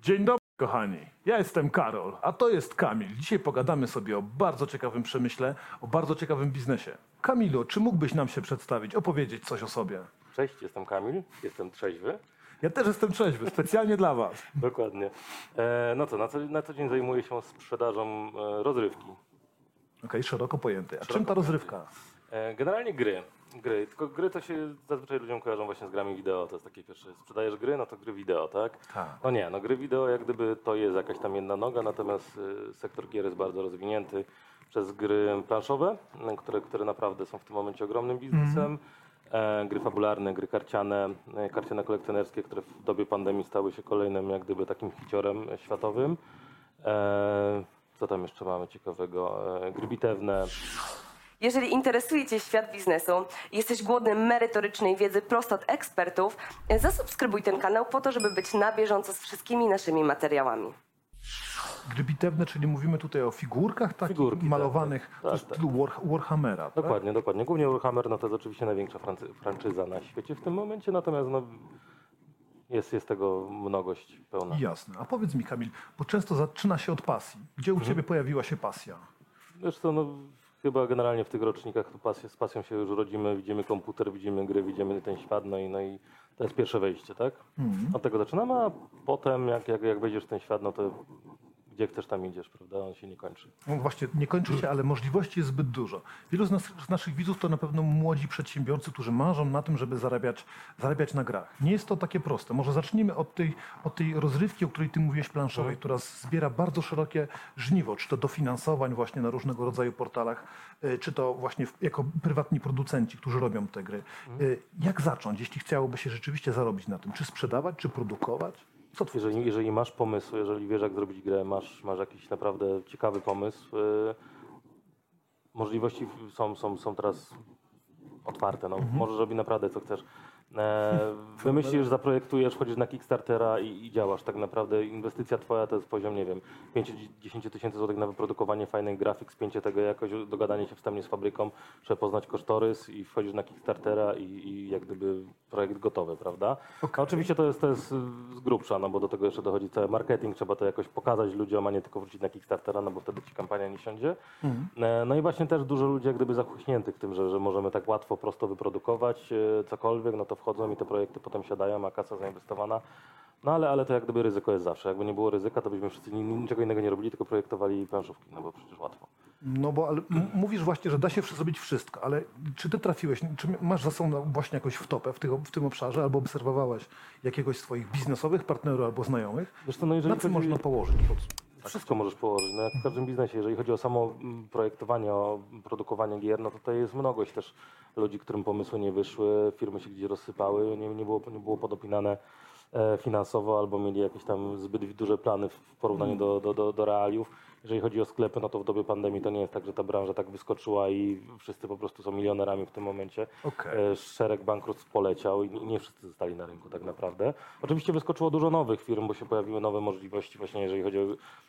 Dzień dobry, kochani. Ja jestem Karol, a to jest Kamil. Dzisiaj pogadamy sobie o bardzo ciekawym przemyśle, o bardzo ciekawym biznesie. Kamilu, czy mógłbyś nam się przedstawić, opowiedzieć coś o sobie? Cześć, jestem Kamil, jestem trzeźwy. Ja też jestem trzeźwy, specjalnie dla was. Dokładnie. No co, na co dzień zajmuję się sprzedażą rozrywki. Okej, szeroko pojęty. A czym ta rozrywka? Generalnie gry. Tylko gry to się zazwyczaj ludziom kojarzą właśnie z grami wideo. To jest takie pierwsze, sprzedajesz gry, no to gry wideo, tak? Tak. No nie, no gry wideo jak gdyby to jest jakaś tam jedna noga, natomiast sektor gier jest bardzo rozwinięty przez gry planszowe, które naprawdę są w tym momencie ogromnym biznesem. Gry fabularne, gry karciane kolekcjonerskie, które w dobie pandemii stały się kolejnym jak gdyby takim hiciorem światowym. Co tam jeszcze mamy ciekawego? Gry bitewne. Jeżeli interesuje Cię świat biznesu i jesteś głodny merytorycznej wiedzy prosto od ekspertów, zasubskrybuj ten kanał po to, żeby być na bieżąco z wszystkimi naszymi materiałami. Gry bitewne, czyli mówimy tutaj o figurkach takich malowanych, tak, to jest tak. stylu Warhammera, tak? Dokładnie. Głównie Warhammer, no to jest oczywiście największa franczyza na świecie w tym momencie, natomiast no, jest tego mnogość pełna. Jasne. A powiedz mi, Kamil, bo często zaczyna się od pasji. Gdzie u Ciebie pojawiła się pasja? Zresztą no, chyba generalnie w tych rocznikach z pasją się już rodzimy, widzimy komputer, widzimy gry, widzimy ten świat, no i to jest pierwsze wejście, tak? Od tego zaczynamy, a potem jak wejdziesz w ten świat, no to gdzie chcesz, tam idziesz, prawda? On się nie kończy. No właśnie, nie kończy się, ale możliwości jest zbyt dużo. Wielu z naszych widzów to na pewno młodzi przedsiębiorcy, którzy marzą na tym, żeby zarabiać na grach. Nie jest to takie proste. Może zacznijmy od tej rozrywki, o której ty mówiłeś, planszowej, która zbiera bardzo szerokie żniwo, czy to dofinansowań właśnie na różnego rodzaju portalach, czy to właśnie jako prywatni producenci, którzy robią te gry. Jak zacząć, jeśli chciałoby się rzeczywiście zarobić na tym? Czy sprzedawać, czy produkować? Jeżeli masz pomysł, jeżeli wiesz jak zrobić grę, masz jakiś naprawdę ciekawy pomysł, możliwości są teraz otwarte. No. Możesz robić naprawdę co chcesz. Wymyślisz, zaprojektujesz, wchodzisz na Kickstartera i działasz. Tak naprawdę inwestycja twoja to jest poziom, nie wiem, 5-10 tysięcy złotych na wyprodukowanie fajnej grafik, spięcie tego jakoś, dogadanie się wstępnie z fabryką, żeby poznać kosztorys i wchodzisz na Kickstartera i jak gdyby projekt gotowy, prawda? A oczywiście to jest z grubsza, no bo do tego jeszcze dochodzi cały marketing, trzeba to jakoś pokazać ludziom, a nie tylko wrócić na Kickstartera, no bo wtedy ci kampania nie siądzie. No i właśnie też dużo ludzi jak gdyby zachłyśniętych tym, że możemy tak łatwo, prosto wyprodukować cokolwiek, no to wchodzą i te projekty potem siadają, a kasa zainwestowana. No ale to jak gdyby ryzyko jest zawsze. Jakby nie było ryzyka, to byśmy wszyscy niczego innego nie robili, tylko projektowali planszówki, no bo przecież łatwo. No bo ale mówisz właśnie, że da się zrobić wszystko, ale czy ty trafiłeś, czy masz za sobą właśnie jakąś wtopę w tym obszarze, albo obserwowałeś jakiegoś z swoich biznesowych partnerów albo znajomych? Zresztą, no jeżeli Na co można położyć? Wszystko możesz położyć. No jak w każdym biznesie, jeżeli chodzi o samo projektowanie, o produkowanie gier, no to tutaj jest mnogość też ludzi, którym pomysły nie wyszły, firmy się gdzieś rozsypały, nie było podopinane finansowo albo mieli jakieś tam zbyt duże plany w porównaniu do realiów. Jeżeli chodzi o sklepy, no to w dobie pandemii to nie jest tak, że ta branża tak wyskoczyła i wszyscy po prostu są milionerami w tym momencie. Szereg bankructw poleciał i nie wszyscy zostali na rynku tak naprawdę. Oczywiście wyskoczyło dużo nowych firm, bo się pojawiły nowe możliwości właśnie jeżeli chodzi o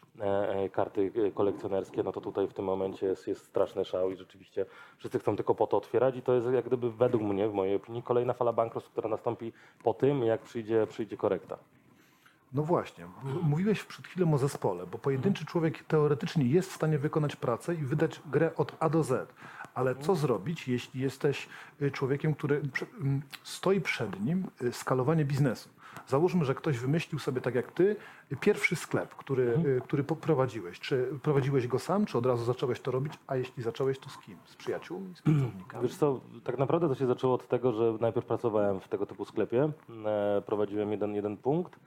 karty kolekcjonerskie, no to tutaj w tym momencie jest straszny szał i rzeczywiście wszyscy chcą tylko po to otwierać i to jest jak gdyby według mnie, w mojej opinii, kolejna fala bankructw, która nastąpi po tym, jak przyjdzie korekta. No właśnie, mówiłeś przed chwilą o zespole, bo pojedynczy człowiek teoretycznie jest w stanie wykonać pracę i wydać grę od A do Z. Ale co zrobić, jeśli jesteś człowiekiem, który stoi przed nim skalowanie biznesu? Załóżmy, że ktoś wymyślił sobie, tak jak ty, pierwszy sklep, który prowadziłeś. Czy prowadziłeś go sam, czy od razu zacząłeś to robić? A jeśli zacząłeś, to z kim? Z przyjaciółmi, z pracownikami? Wiesz co, tak naprawdę to się zaczęło od tego, że najpierw pracowałem w tego typu sklepie, prowadziłem jeden punkt.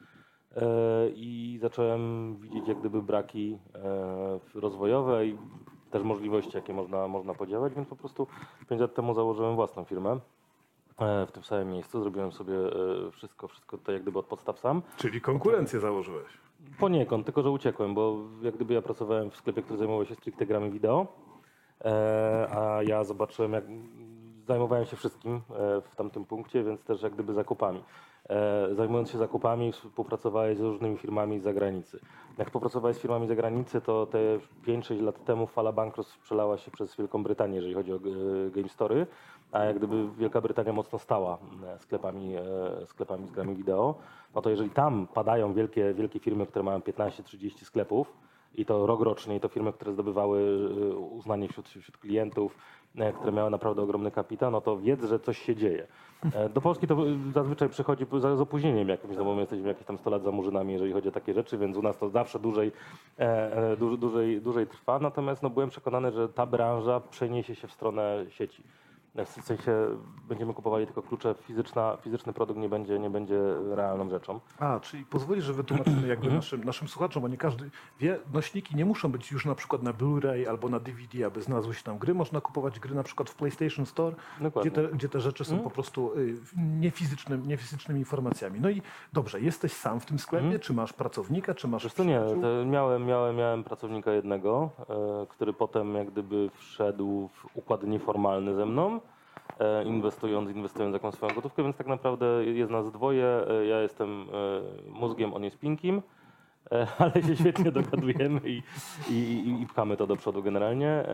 I zacząłem widzieć jak gdyby braki rozwojowe i też możliwości, jakie można podziałać, więc po prostu 5 lat temu założyłem własną firmę w tym samym miejscu. Zrobiłem sobie wszystko to jak gdyby od podstaw sam. Czyli konkurencję założyłeś. Poniekąd, tylko że uciekłem, bo jak gdyby ja pracowałem w sklepie, który zajmował się stricte grami wideo, a ja zobaczyłem jak zajmowałem się wszystkim w tamtym punkcie, więc też jak gdyby zakupami. Zajmując się zakupami, współpracowałeś z różnymi firmami z zagranicy. Jak współpracowałeś z firmami z zagranicy, to te 5-6 lat temu fala bankructw przelała się przez Wielką Brytanię, jeżeli chodzi o Game Story. a jak gdyby Wielka Brytania mocno stała sklepami z grami wideo, no to jeżeli tam padają wielkie firmy, które mają 15-30 sklepów, i to rok rocznie, i to firmy, które zdobywały uznanie wśród klientów, które miały naprawdę ogromny kapitał, no to wiedz, że coś się dzieje. Do Polski to zazwyczaj przychodzi z opóźnieniem jakimś, no bo my jesteśmy jakieś tam 100 lat za murzynami, jeżeli chodzi o takie rzeczy, więc u nas to zawsze dłużej trwa, natomiast no, byłem przekonany, że ta branża przeniesie się w stronę sieci. W sensie będziemy kupowali tylko klucze, fizyczny produkt nie będzie realną rzeczą. Czyli pozwolisz, że wytłumaczymy jakby naszym słuchaczom, bo nie każdy wie, nośniki nie muszą być już na przykład na Blu-ray albo na DVD, aby znalazły się tam gry. Można kupować gry na przykład w PlayStation Store, gdzie te rzeczy są po prostu niefizycznymi informacjami. No i dobrze, jesteś sam w tym sklepie, czy masz pracownika, czy masz... Wiesz co, nie, to miałem pracownika jednego, który potem jak gdyby wszedł w układ nieformalny ze mną, inwestując jakąś swoją gotówkę, więc tak naprawdę jest nas dwoje, ja jestem mózgiem, on jest pinkiem, ale się świetnie dogadujemy i pchamy to do przodu generalnie.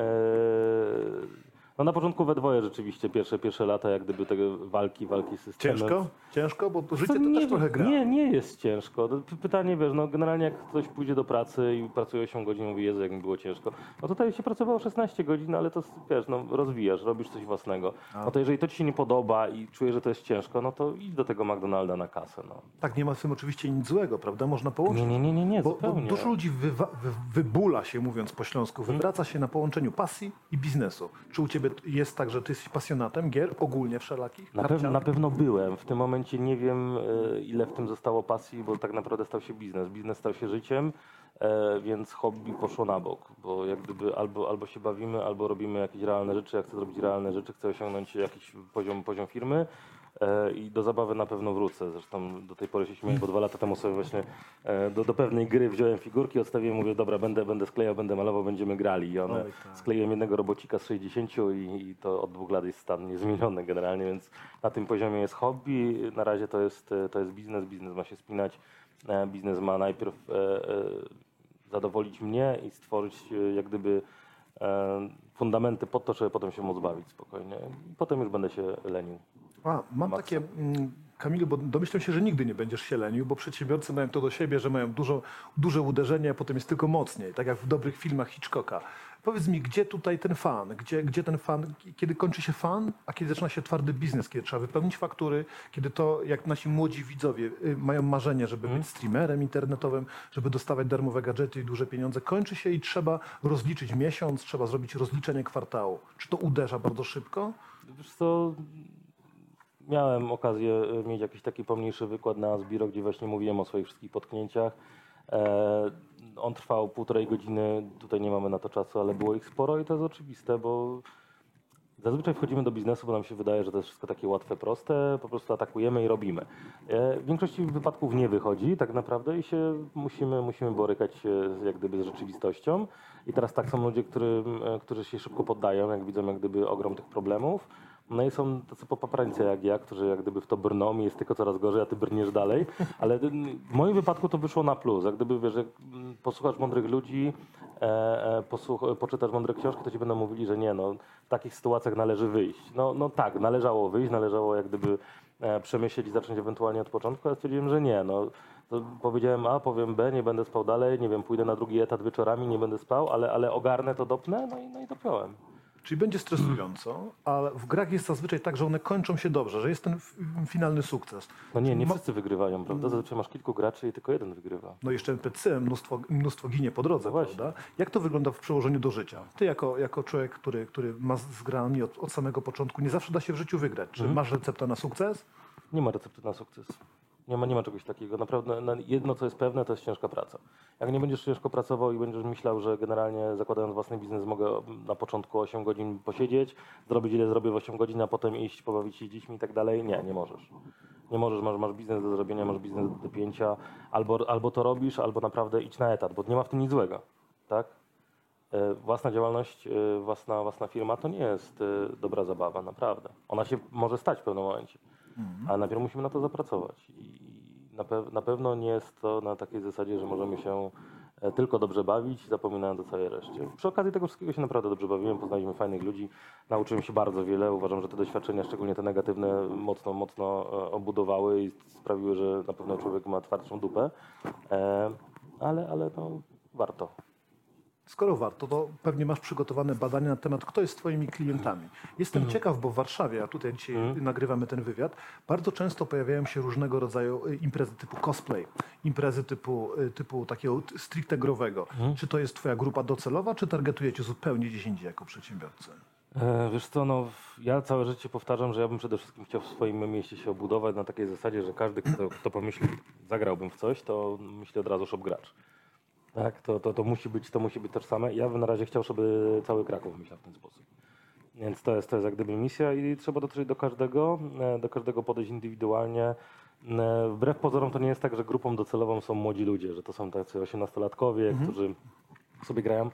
No na początku we dwoje rzeczywiście, pierwsze lata jak gdyby tego walki systemu. Ciężko? Bo życie to też trochę gra. Nie jest ciężko. Pytanie, wiesz, no generalnie jak ktoś pójdzie do pracy i pracuje 8 godzin, mówi, Jezu, jak mi było ciężko. No tutaj się pracowało 16 godzin, ale to wiesz, no rozwijasz, robisz coś własnego. No to jeżeli to ci się nie podoba i czujesz, że to jest ciężko, no to idź do tego McDonalda na kasę. No. Tak, nie ma w tym oczywiście nic złego, prawda? Można połączyć. Nie, Bo zupełnie. dużo ludzi wybula się, mówiąc po śląsku, wywraca się na połączeniu pasji i biznesu. Czy u ciebie jest tak, że ty jesteś pasjonatem gier ogólnie wszelakich? Na pewno byłem. W tym momencie nie wiem, ile w tym zostało pasji, bo tak naprawdę stał się biznes. Biznes stał się życiem, więc hobby poszło na bok, bo jak gdyby albo się bawimy, albo robimy jakieś realne rzeczy. Jak chcę zrobić realne rzeczy, chcę osiągnąć jakiś poziom firmy, i do zabawy na pewno wrócę. Zresztą do tej pory się śmieję, bo 2 lata temu sobie właśnie do pewnej gry wziąłem figurki, odstawiłem, mówię, dobra, będę sklejał, będę malował, będziemy grali. I one skleiłem jednego robocika z 60 i to od 2 lat jest stan niezmieniony generalnie, więc na tym poziomie jest hobby. Na razie to jest biznes, biznes ma się spinać. Biznes ma najpierw zadowolić mnie i stworzyć jak gdyby fundamenty po to, żeby potem się móc bawić spokojnie. I potem już będę się lenił. Mam takie, Kamilu, bo domyślam się, że nigdy nie będziesz się lenił, bo przedsiębiorcy mają to do siebie, że mają duże uderzenie, a potem jest tylko mocniej, tak jak w dobrych filmach Hitchcocka. Powiedz mi, gdzie tutaj ten fan? Gdzie ten fan, kiedy kończy się fan, a kiedy zaczyna się twardy biznes, kiedy trzeba wypełnić faktury, kiedy to, jak nasi młodzi widzowie mają marzenie, żeby być streamerem internetowym, żeby dostawać darmowe gadżety i duże pieniądze, kończy się i trzeba rozliczyć miesiąc, trzeba zrobić rozliczenie kwartału. Czy to uderza bardzo szybko? Wiesz co, miałem okazję mieć jakiś taki pomniejszy wykład na Asbiro, gdzie właśnie mówiłem o swoich wszystkich potknięciach. On trwał 1,5 godziny, tutaj nie mamy na to czasu, ale było ich sporo i to jest oczywiste, bo zazwyczaj wchodzimy do biznesu, bo nam się wydaje, że to jest wszystko takie łatwe, proste, po prostu atakujemy i robimy. W większości wypadków nie wychodzi tak naprawdę i się musimy borykać się jak gdyby z rzeczywistością. I teraz tak, są ludzie, którzy się szybko poddają, jak widzą jak gdyby ogrom tych problemów. No i są tacy popaprańcy jak ja, którzy jak gdyby w to brną i jest tylko coraz gorzej, a ty brniesz dalej. Ale w moim wypadku to wyszło na plus. Jak gdyby, wiesz, jak posłuchasz mądrych ludzi, poczytasz mądre książki, to ci będą mówili, że nie, no w takich sytuacjach należy wyjść. No tak, należało wyjść, należało jak gdyby przemyśleć i zacząć ewentualnie od początku, ale stwierdziłem, że nie, no. To powiedziałem A, powiem B, nie będę spał dalej, nie wiem, pójdę na drugi etat wieczorami, nie będę spał, ale ogarnę to, dopnę, no i dopiąłem. Czyli będzie stresująco, ale w grach jest zazwyczaj tak, że one kończą się dobrze, że jest ten finalny sukces. No nie wszyscy wygrywają, prawda? Zazwyczaj masz kilku graczy i tylko jeden wygrywa. No i jeszcze NPC, mnóstwo ginie po drodze, właśnie. prawda? Jak to wygląda w przełożeniu do życia? Ty jako człowiek, który ma z grami od samego początku, nie zawsze da się w życiu wygrać. Czy masz receptę na sukces? Nie ma recepty na sukces. Nie ma czegoś takiego. Naprawdę jedno, co jest pewne, to jest ciężka praca. Jak nie będziesz ciężko pracował i będziesz myślał, że generalnie zakładając własny biznes mogę na początku 8 godzin posiedzieć, zrobić ile zrobię w 8 godzin, a potem iść, pobawić się z dziećmi i tak dalej, nie możesz. Nie możesz, masz biznes do zrobienia, masz biznes do dopięcia, albo to robisz, albo naprawdę idź na etat, bo nie ma w tym nic złego, tak? Własna działalność, własna firma to nie jest dobra zabawa, naprawdę. Ona się może stać w pewnym momencie. Ale najpierw musimy na to zapracować i na pewno nie jest to na takiej zasadzie, że możemy się tylko dobrze bawić, zapominając o całej reszcie. Przy okazji tego wszystkiego się naprawdę dobrze bawiłem, poznaliśmy fajnych ludzi, nauczyłem się bardzo wiele. Uważam, że te doświadczenia, szczególnie te negatywne, mocno obudowały i sprawiły, że na pewno człowiek ma twardszą dupę, ale no, warto. Skoro warto, to pewnie masz przygotowane badania na temat, kto jest twoimi klientami. Jestem ciekaw, bo w Warszawie, a tutaj dzisiaj nagrywamy ten wywiad, bardzo często pojawiają się różnego rodzaju imprezy typu cosplay, imprezy typu takiego stricte growego. Czy to jest twoja grupa docelowa, czy targetujecie zupełnie gdzieś indziej jako przedsiębiorcy? Wiesz co, no, ja całe życie powtarzam, że ja bym przede wszystkim chciał w swoim mieście się obudować na takiej zasadzie, że każdy, kto pomyśli, zagrałbym w coś, to myśli od razu shop gracz. Tak, to musi być tożsame. Ja bym na razie chciał, żeby cały Kraków myślał w ten sposób. Więc to jest jak gdyby misja i trzeba dotrzeć do każdego podejść indywidualnie. Wbrew pozorom to nie jest tak, że grupą docelową są młodzi ludzie, że to są tacy 18-latkowie, którzy sobie grają,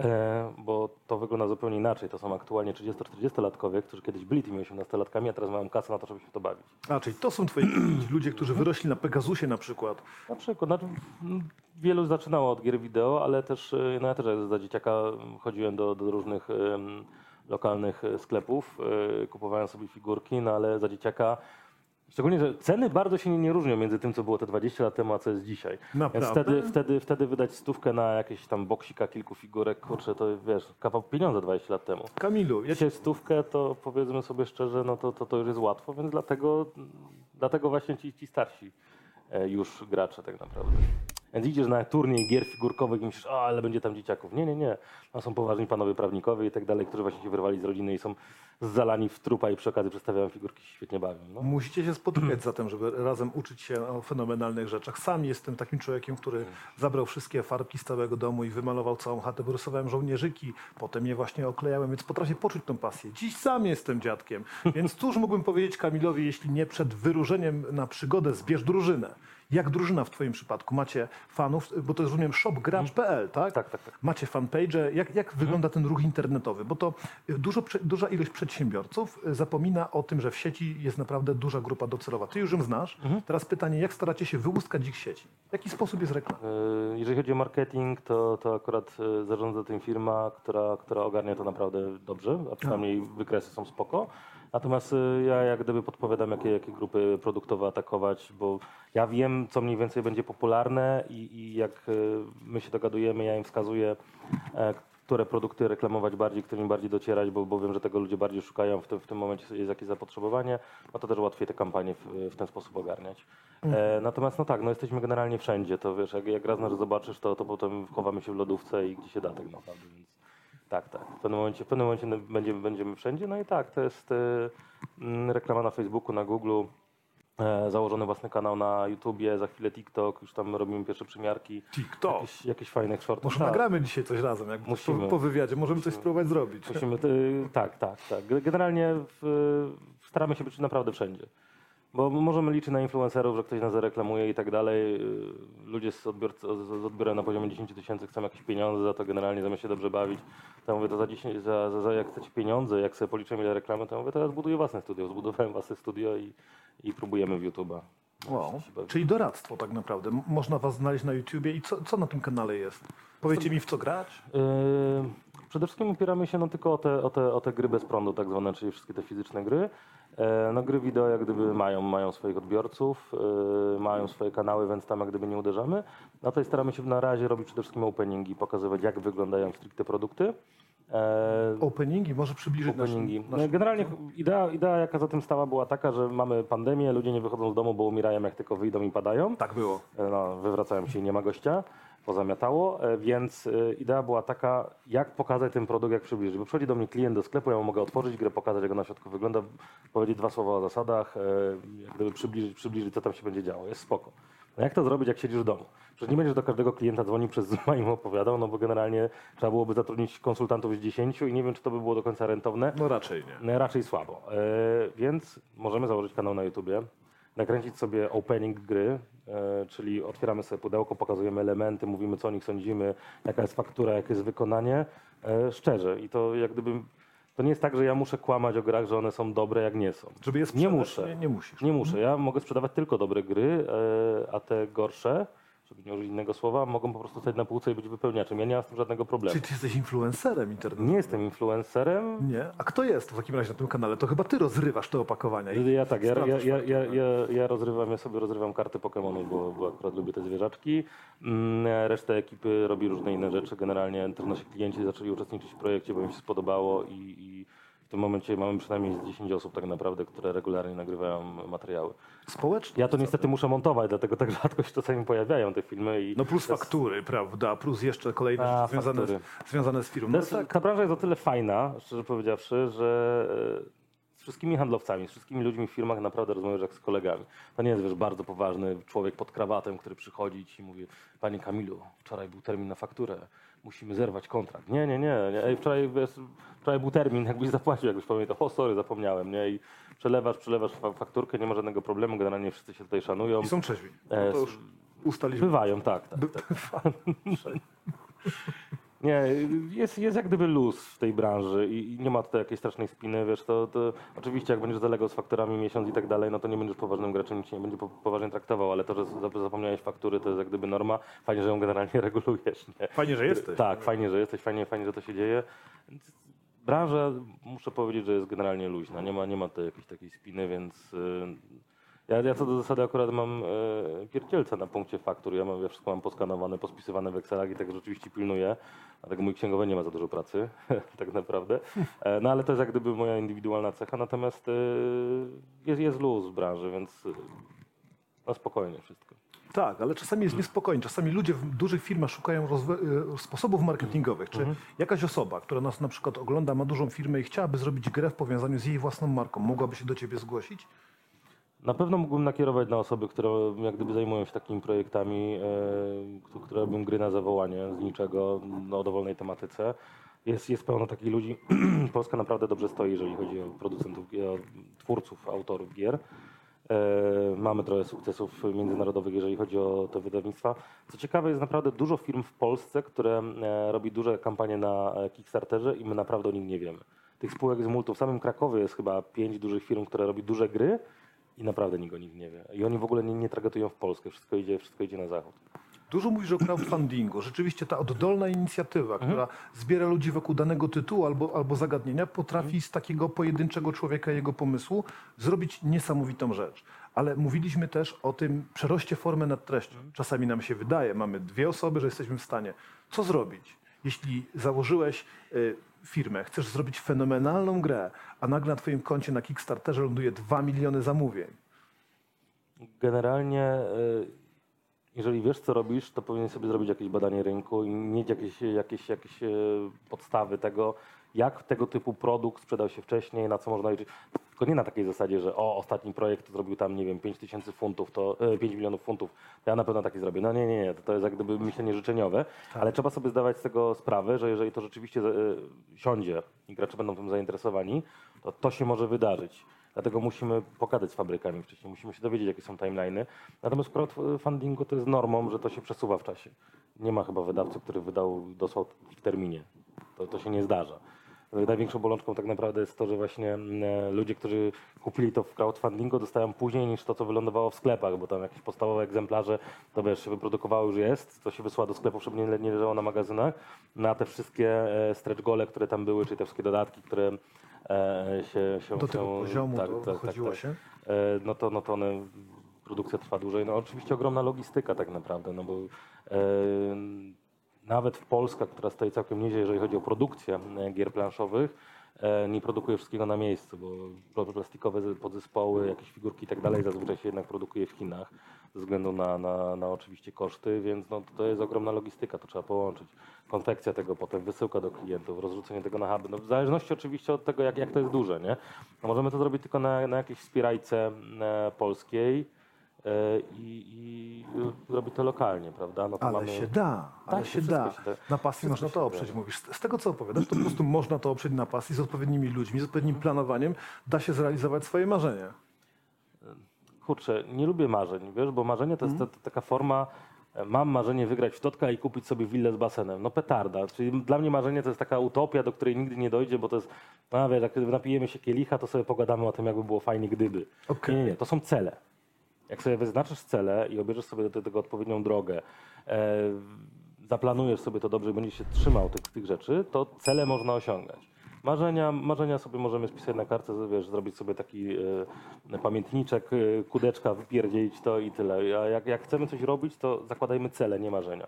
bo to wygląda zupełnie inaczej. To są aktualnie 30-40-latkowie, którzy kiedyś byli tymi 18-latkami, a teraz mają kasę na to, żeby się w to bawić. A, czyli to są twoi klienci, ludzie, którzy wyrośli na Pegasusie na przykład. Na przykład, znaczy, wielu zaczynało od gier wideo, ale też, no ja też za dzieciaka chodziłem do różnych lokalnych sklepów, kupowałem sobie figurki, no ale za dzieciaka, szczególnie, że ceny bardzo się nie różnią między tym, co było te 20 lat temu, a co jest dzisiaj. Naprawdę? Więc wtedy wydać 100 na jakieś tam boksika, kilku figurek, kurczę, to wiesz, kawał pieniądza 20 lat temu. Kamilu, ja Dzisiaj 100 to powiedzmy sobie szczerze, no to już jest łatwo, więc dlatego właśnie ci starsi już gracze tak naprawdę. Więc idziesz na turniej gier figurkowych i myślisz, ale będzie tam dzieciaków. Nie. Tam są poważni panowie prawnikowie i tak dalej, którzy właśnie się wyrwali z rodziny i są zalani w trupa i przy okazji przedstawiają figurki, się świetnie bawią. No. Musicie się spotykać zatem, żeby razem uczyć się o fenomenalnych rzeczach. Sam jestem takim człowiekiem, który zabrał wszystkie farbki z całego domu i wymalował całą chatę, bo rysowałem żołnierzyki, potem je właśnie oklejałem, więc potrafię poczuć tą pasję. Dziś sam jestem dziadkiem, więc cóż mógłbym powiedzieć Kamilowi, jeśli nie przed wyruszeniem na przygodę zbierz drużynę. Jak drużyna w twoim przypadku? Macie fanów, bo to jest, rozumiem, shopgracz.pl, tak? Tak. Macie fanpage. Jak wygląda ten ruch internetowy? Bo to duża ilość przedsiębiorców zapomina o tym, że w sieci jest naprawdę duża grupa docelowa. Ty już ją znasz. Teraz pytanie, jak staracie się wyłuskać ich sieci? W jaki sposób jest reklama? Jeżeli chodzi o marketing, to akurat zarządza tym firma, która ogarnia to naprawdę dobrze, a przynajmniej wykresy są spoko. Natomiast ja jak gdyby podpowiadam, jakie grupy produktowe atakować, bo ja wiem, co mniej więcej będzie popularne i jak my się dogadujemy, ja im wskazuję, które produkty reklamować bardziej, którym bardziej docierać, bo wiem, że tego ludzie bardziej szukają, w tym momencie jest jakieś zapotrzebowanie, no to też łatwiej te kampanie w ten sposób ogarniać. Natomiast no tak, no jesteśmy generalnie wszędzie, to wiesz, jak raz nas zobaczysz, to potem chowamy się w lodówce i gdzie się da tak naprawdę, więc tak. W pewnym momencie będziemy wszędzie, no i tak, to jest reklama na Facebooku, na Google'u, założony własny kanał na YouTubie, za chwilę TikTok, już tam robimy pierwsze przymiarki. TikTok? Jakieś fajne shorty. Może nagramy dzisiaj coś razem, jak Musimy. po wywiadzie. Możemy coś spróbować zrobić. Tak. Generalnie staramy się być naprawdę wszędzie. Bo możemy liczyć na influencerów, że ktoś nas zareklamuje i tak dalej. Ludzie z odbiorem na poziomie 10 000 chcą jakieś pieniądze za to, generalnie zamiast się dobrze bawić. To ja mówię, to jak chcecie pieniądze, jak sobie policzymy ile reklamy, to ja mówię, to ja zbuduję własne studio. Zbudowałem własne studio i próbujemy w YouTube'a. Wow. Czyli doradztwo tak naprawdę. Można was znaleźć na YouTubie i co na tym kanale jest? Powiedzcie mi, w co grać? Przede wszystkim opieramy się tylko o te gry bez prądu, tak zwane, czyli wszystkie te fizyczne gry. No, gry wideo jak gdyby mają swoich odbiorców, mają swoje kanały, więc tam jak gdyby nie uderzamy. No to staramy się na razie robić przede wszystkim openingi, pokazywać jak wyglądają stricte produkty. Openingi, może przybliżyć openingi. Generalnie idea jaka za tym stała była taka, że mamy pandemię, ludzie nie wychodzą z domu, bo umierają jak tylko wyjdą i padają. Tak było. No, wywracają się i nie ma gościa. Pozamiatało, więc idea była taka, jak pokazać ten produkt, jak przybliżyć. Bo przychodzi do mnie klient do sklepu, ja mu mogę otworzyć grę, pokazać jak ona na środku wygląda, powiedzieć 2 słowa o zasadach, jak gdyby przybliżyć, co tam się będzie działo. Jest spoko. No jak to zrobić, jak siedzisz w domu? Przecież nie będziesz do każdego klienta dzwonił przez Zooma i mu opowiadał, no bo generalnie trzeba byłoby zatrudnić konsultantów z 10 i nie wiem, czy to by było do końca rentowne. No raczej nie. Raczej słabo. Więc możemy założyć kanał na YouTubie, nakręcić sobie opening gry, czyli otwieramy sobie pudełko, pokazujemy elementy, mówimy co o nich sądzimy, jaka jest faktura, jakie jest wykonanie, szczerze. I to jak gdyby, to nie jest tak, że ja muszę kłamać o grach, że one są dobre, jak nie są. Żeby je sprzedać, nie muszę. Nie muszę. Ja mogę sprzedawać tylko dobre gry, a te gorsze, żeby nie użyć innego słowa, mogą po prostu stać na półce i być wypełniaczem. Ja nie mam z tym żadnego problemu. Czyli ty jesteś influencerem internetowym? Nie jestem influencerem. Nie? A kto jest w takim razie na tym kanale? To chyba ty rozrywasz te opakowania. Ja tak, sprawdzasz ja sobie rozrywam karty Pokemonów, bo akurat lubię te zwierzaczki. Reszta ekipy robi różne inne rzeczy. Generalnie też nasi klienci zaczęli uczestniczyć w projekcie, bo im się spodobało i w tym momencie mamy przynajmniej z 10 osób tak naprawdę, które regularnie nagrywają materiały. Społecznie. Ja to niestety muszę montować, dlatego tak rzadko się czasami pojawiają te filmy. No plus to jest- faktury, prawda? Plus jeszcze kolejne rzeczy faktury. związane z firmą. To jest, ta branża jest o tyle fajna, szczerze powiedziawszy, że z wszystkimi handlowcami, z wszystkimi ludźmi w firmach naprawdę rozmawiasz jak z kolegami. To nie jest, wiesz, bardzo poważny człowiek pod krawatem, który przychodzi ci i mówi: Panie Kamilu, wczoraj był termin na fakturę, musimy zerwać kontrakt. Nie. Ej, wczoraj był termin, jakbyś zapłacił, jakbyś pamiętał. O, sorry, zapomniałem, nie? I przelewasz fakturkę, nie ma żadnego problemu, generalnie wszyscy się tutaj szanują. I są trzeźwi. No to już ustaliliśmy. Bywają, tak. Nie, jest jak gdyby luz w tej branży i nie ma tutaj jakiejś strasznej spiny, wiesz, to oczywiście jak będziesz zalegał z fakturami miesiąc i tak dalej, no to nie będziesz poważnym graczem, nikt cię nie będzie poważnie traktował, ale to, że zapomniałeś faktury, to jest jak gdyby norma. Fajnie, że ją generalnie regulujesz, nie? Fajnie, że jesteś. Tak, fajnie, że jesteś, fajnie, że to się dzieje. Branża, muszę powiedzieć, że jest generalnie luźna, nie ma tutaj jakiejś takiej spiny, więc ja co do zasady akurat mam pierdzielce na punkcie faktur. Ja wszystko mam poskanowane, pospisywane w Excelach i tak rzeczywiście pilnuję. Dlatego mój księgowy nie ma za dużo pracy, tak naprawdę. No ale to jest jak gdyby moja indywidualna cecha. Natomiast jest luz w branży, więc no spokojnie wszystko. Tak, ale czasami jest niespokojnie. Czasami ludzie w dużych firmach szukają sposobów marketingowych. Czy jakaś osoba, która nas na przykład ogląda, ma dużą firmę i chciałaby zrobić grę w powiązaniu z jej własną marką, mogłaby się do ciebie zgłosić? Na pewno mógłbym nakierować na osoby, które jak gdyby zajmują się takimi projektami, które robią gry na zawołanie z niczego, o dowolnej tematyce. Jest pełno takich ludzi. Polska naprawdę dobrze stoi, jeżeli chodzi o producentów, o twórców, autorów gier. Mamy trochę sukcesów międzynarodowych, jeżeli chodzi o te wydawnictwa. Co ciekawe, jest naprawdę dużo firm w Polsce, które robi duże kampanie na Kickstarterze i my naprawdę o nich nie wiemy. Tych spółek z multu w samym Krakowie jest chyba 5 dużych firm, które robi duże gry i naprawdę nikt o nich nie wie. I oni w ogóle nie targetują w Polskę, wszystko idzie na zachód. Dużo mówisz o crowdfundingu. Rzeczywiście ta oddolna inicjatywa, która zbiera ludzi wokół danego tytułu albo zagadnienia, potrafi z takiego pojedynczego człowieka, jego pomysłu zrobić niesamowitą rzecz. Ale mówiliśmy też o tym przeroście formy nad treścią. Czasami nam się wydaje, mamy 2 osoby, że jesteśmy w stanie. Co zrobić, jeśli założyłeś firmę, chcesz zrobić fenomenalną grę, a nagle na twoim koncie na Kickstarterze ląduje 2 miliony zamówień? Generalnie, jeżeli wiesz, co robisz, to powinien sobie zrobić jakieś badanie rynku i mieć jakieś podstawy tego, jak tego typu produkt sprzedał się wcześniej, na co można liczyć. Tylko nie na takiej zasadzie, że ostatni projekt zrobił tam, nie wiem, 5 funtów, to 5 milionów funtów, to ja na pewno taki zrobię. No nie, to jest jak gdyby myślenie życzeniowe, ale trzeba sobie zdawać z tego sprawę, że jeżeli to rzeczywiście siądzie i gracze będą tym zainteresowani, to się może wydarzyć. Dlatego musimy pogadać z fabrykami wcześniej, musimy się dowiedzieć, jakie są timeline'y. Natomiast w crowdfundingu to jest normą, że to się przesuwa w czasie. Nie ma chyba wydawcy, który dosłał w terminie. To się nie zdarza. Największą bolączką tak naprawdę jest to, że właśnie ludzie, którzy kupili to w crowdfundingu, dostają później niż to, co wylądowało w sklepach, bo tam jakieś podstawowe egzemplarze, to wiesz, się wyprodukowało, już jest, to się wysłała do sklepów, żeby nie leżało na magazynach. Na te wszystkie stretch gole, które tam były, czyli te wszystkie dodatki, które się Do tego poziomu dochodziło się? No to one, produkcja trwa dłużej. No oczywiście ogromna logistyka tak naprawdę, no bo nawet Polska, która stoi całkiem nieźle, jeżeli chodzi o produkcję gier planszowych, nie produkuje wszystkiego na miejscu, bo plastikowe podzespoły, jakieś figurki i tak dalej zazwyczaj się jednak produkuje w Chinach ze względu na oczywiście koszty, więc no, to jest ogromna logistyka, to trzeba połączyć. Konfekcja tego, potem wysyłka do klientów, rozrzucenie tego na huby. No, w zależności oczywiście od tego, jak to jest duże, nie? No, możemy to zrobić tylko na jakiejś wspierajce polskiej i robić to lokalnie, prawda? No to Ale mamy... się da, ale Tak, się wszystko da. się da. Na pasji można to oprzeć, mówisz. Z tego, co opowiadasz, to po prostu można to oprzeć na pasji z odpowiednimi ludźmi, z odpowiednim planowaniem. Da się zrealizować swoje marzenie. Kurczę, nie lubię marzeń, wiesz, bo marzenie to jest taka forma, mam marzenie wygrać w Totka i kupić sobie willę z basenem. No petarda. Czyli dla mnie marzenie to jest taka utopia, do której nigdy nie dojdzie, bo to jest, no wiesz, jak napijemy się kielicha, to sobie pogadamy o tym, jakby było fajnie gdyby. Okej. Nie, to są cele. Jak sobie wyznaczysz cele i obierzesz sobie do tego odpowiednią drogę, zaplanujesz sobie to dobrze i będziesz się trzymał tych rzeczy, to cele można osiągać. Marzenia sobie możemy spisać na kartce, wiesz, zrobić sobie taki pamiętniczek, kudeczka, wypierdzielić to i tyle. A jak chcemy coś robić, to zakładajmy cele, nie marzenia.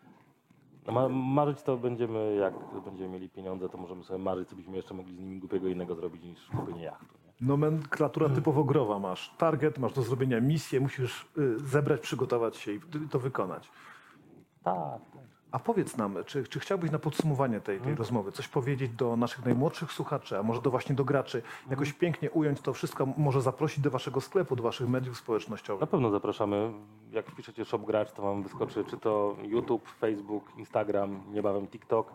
Marzyć to będziemy, jak będziemy mieli pieniądze, to możemy sobie marzyć, co byśmy jeszcze mogli z nimi głupiego innego zrobić niż kupienie jachtu. Nie? Nomenklatura typowo growa. Masz target, masz do zrobienia misję, musisz zebrać, przygotować się i to wykonać. Tak. A powiedz nam, czy chciałbyś na podsumowanie tej rozmowy coś powiedzieć do naszych najmłodszych słuchaczy, a może właśnie do graczy, jakoś pięknie ująć to wszystko, może zaprosić do waszego sklepu, do waszych mediów społecznościowych? Na pewno zapraszamy. Jak wpiszecie Shop Gracz, to wam wyskoczy czy to YouTube, Facebook, Instagram, niebawem TikTok.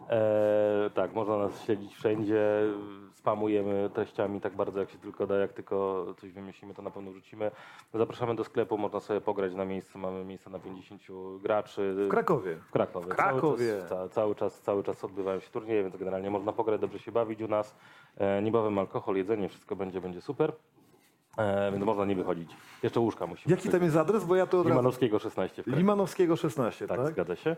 Tak, można nas śledzić wszędzie. Spamujemy treściami tak bardzo jak się tylko da, jak tylko coś wymyślimy, to na pewno wrzucimy. Zapraszamy do sklepu, można sobie pograć na miejscu. Mamy miejsce na 50 graczy. W Krakowie. W Krakowie. W Krakowie. Cały czas odbywają się turnieje, więc generalnie można pograć, dobrze się bawić u nas. Niebawem alkohol, jedzenie, wszystko będzie super. Więc można nie wychodzić. Jeszcze łóżka musimy. Jaki tam jest adres? Bo ja to od razu... Limanowskiego 16 w Krakowie. Limanowskiego 16, tak? Tak, zgadza się.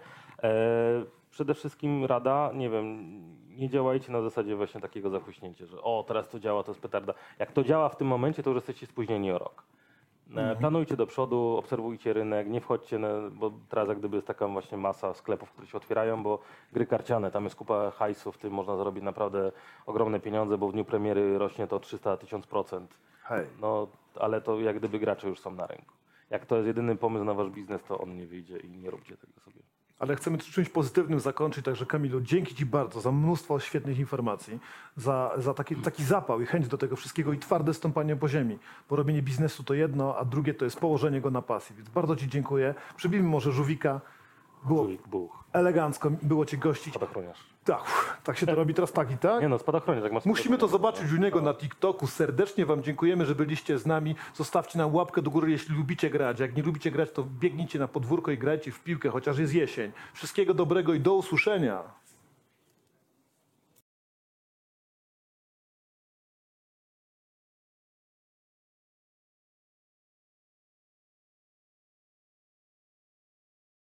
Przede wszystkim rada, nie wiem, nie działajcie na zasadzie właśnie takiego zachuśnięcia, że teraz to działa, to jest petarda. Jak to działa w tym momencie, to już jesteście spóźnieni o rok. Planujcie do przodu, obserwujcie rynek, nie wchodźcie, bo teraz jak gdyby jest taka właśnie masa sklepów, które się otwierają, bo gry karciane, tam jest kupa hajsów, w tym można zarobić naprawdę ogromne pieniądze, bo w dniu premiery rośnie to 300-1000%. Hej. No, ale to jak gdyby gracze już są na rynku. Jak to jest jedyny pomysł na wasz biznes, to on nie wyjdzie i nie róbcie tego sobie. Ale chcemy czymś pozytywnym zakończyć, także Kamilu, dzięki ci bardzo za mnóstwo świetnych informacji, za taki zapał i chęć do tego wszystkiego i twarde stąpanie po ziemi. Bo robienie biznesu to jedno, a drugie to jest położenie go na pasji. Więc bardzo ci dziękuję. Przybijmy może żółwika. Było Buch. elegancko, było cię gościć. Spadochroniarz. Tak się to robi teraz tak i tak. Nie no, spadochroniarz. Jak masz Musimy to spadochroniarz, zobaczyć u niego na TikToku. Serdecznie wam dziękujemy, że byliście z nami. Zostawcie nam łapkę do góry, jeśli lubicie grać. Jak nie lubicie grać, to biegnijcie na podwórko i grajcie w piłkę, chociaż jest jesień. Wszystkiego dobrego i do usłyszenia.